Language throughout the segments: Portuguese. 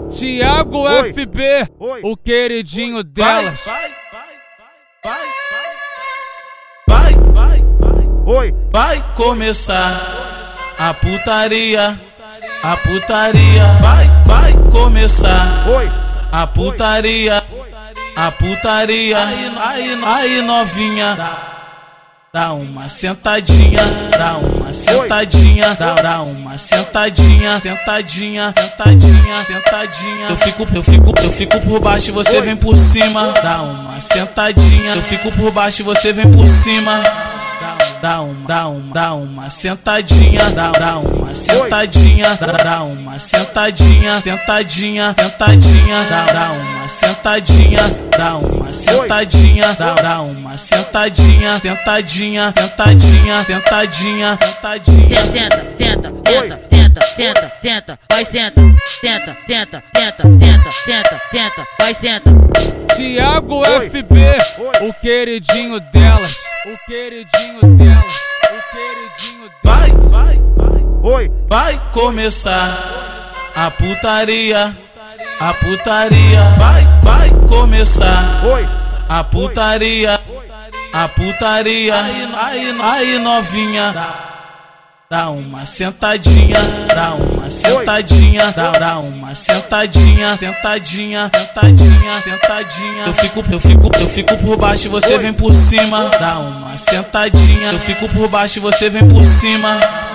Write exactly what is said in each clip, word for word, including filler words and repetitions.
Thiago F B, o queridinho delas. Vai, vai, vai, vai, vai, vai começar a putaria, a putaria. Vai, vai começar a putaria, a putaria. Aí, aí, aí novinha, dá uma sentadinha, dá uma sentadinha, dá, dá uma sentadinha, tentadinha, tentadinha, tentadinha. Eu fico, eu fico, eu fico por baixo e você vem por cima. Dá uma sentadinha, eu fico por baixo e você vem por cima. Dá uma, dá uma, dá uma sentadinha, dá, dá uma sentadinha, dá, dá uma sentadinha, tentadinha, tentadinha, dá, dá uma sentadinha, dá uma sentadinha, dá, dá uma sentadinha, tentadinha, tentadinha, tentadinha, tentadinha. Tenta, tenta, tenta, tenta, tenta, tenta, vai senta, tenta, tenta, tenta, tenta, tenta, tenta, vai senta. Thiago F B, o queridinho delas, o queridinho delas, o queridinho delas. Vai, vai, vai, vai começar a putaria, a putaria. Vai, vai começar a putaria, a putaria. Aí, aí, aí novinha, dá uma sentadinha, dá uma sentadinha, dá, dá uma sentadinha, tentadinha, tentadinha, tentadinha. Eu fico, eu fico, eu fico por baixo e você vem por cima. Dá uma sentadinha, eu fico por baixo e você vem por cima.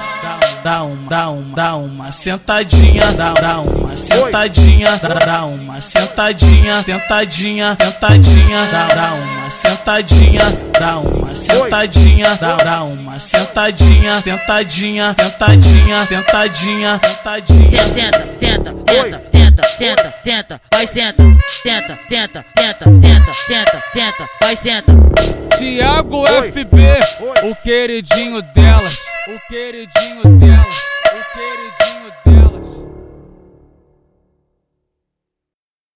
Dá uma, dá uma, dá uma sentadinha, dá, dá uma sentadinha, dá, dá uma sentadinha, tentadinha, tentadinha, dá, dá uma sentadinha, dá uma sentadinha, dá, dá uma sentadinha, tentadinha, tentadinha, tentadinha, tentadinha. Tenta, tenta, tenta, tenta, tenta, tenta, vai senta, tenta, tenta, tenta, tenta, tenta, tenta, vai senta. Thiago F B, o queridinho delas, o queridinho delas, o queridinho delas.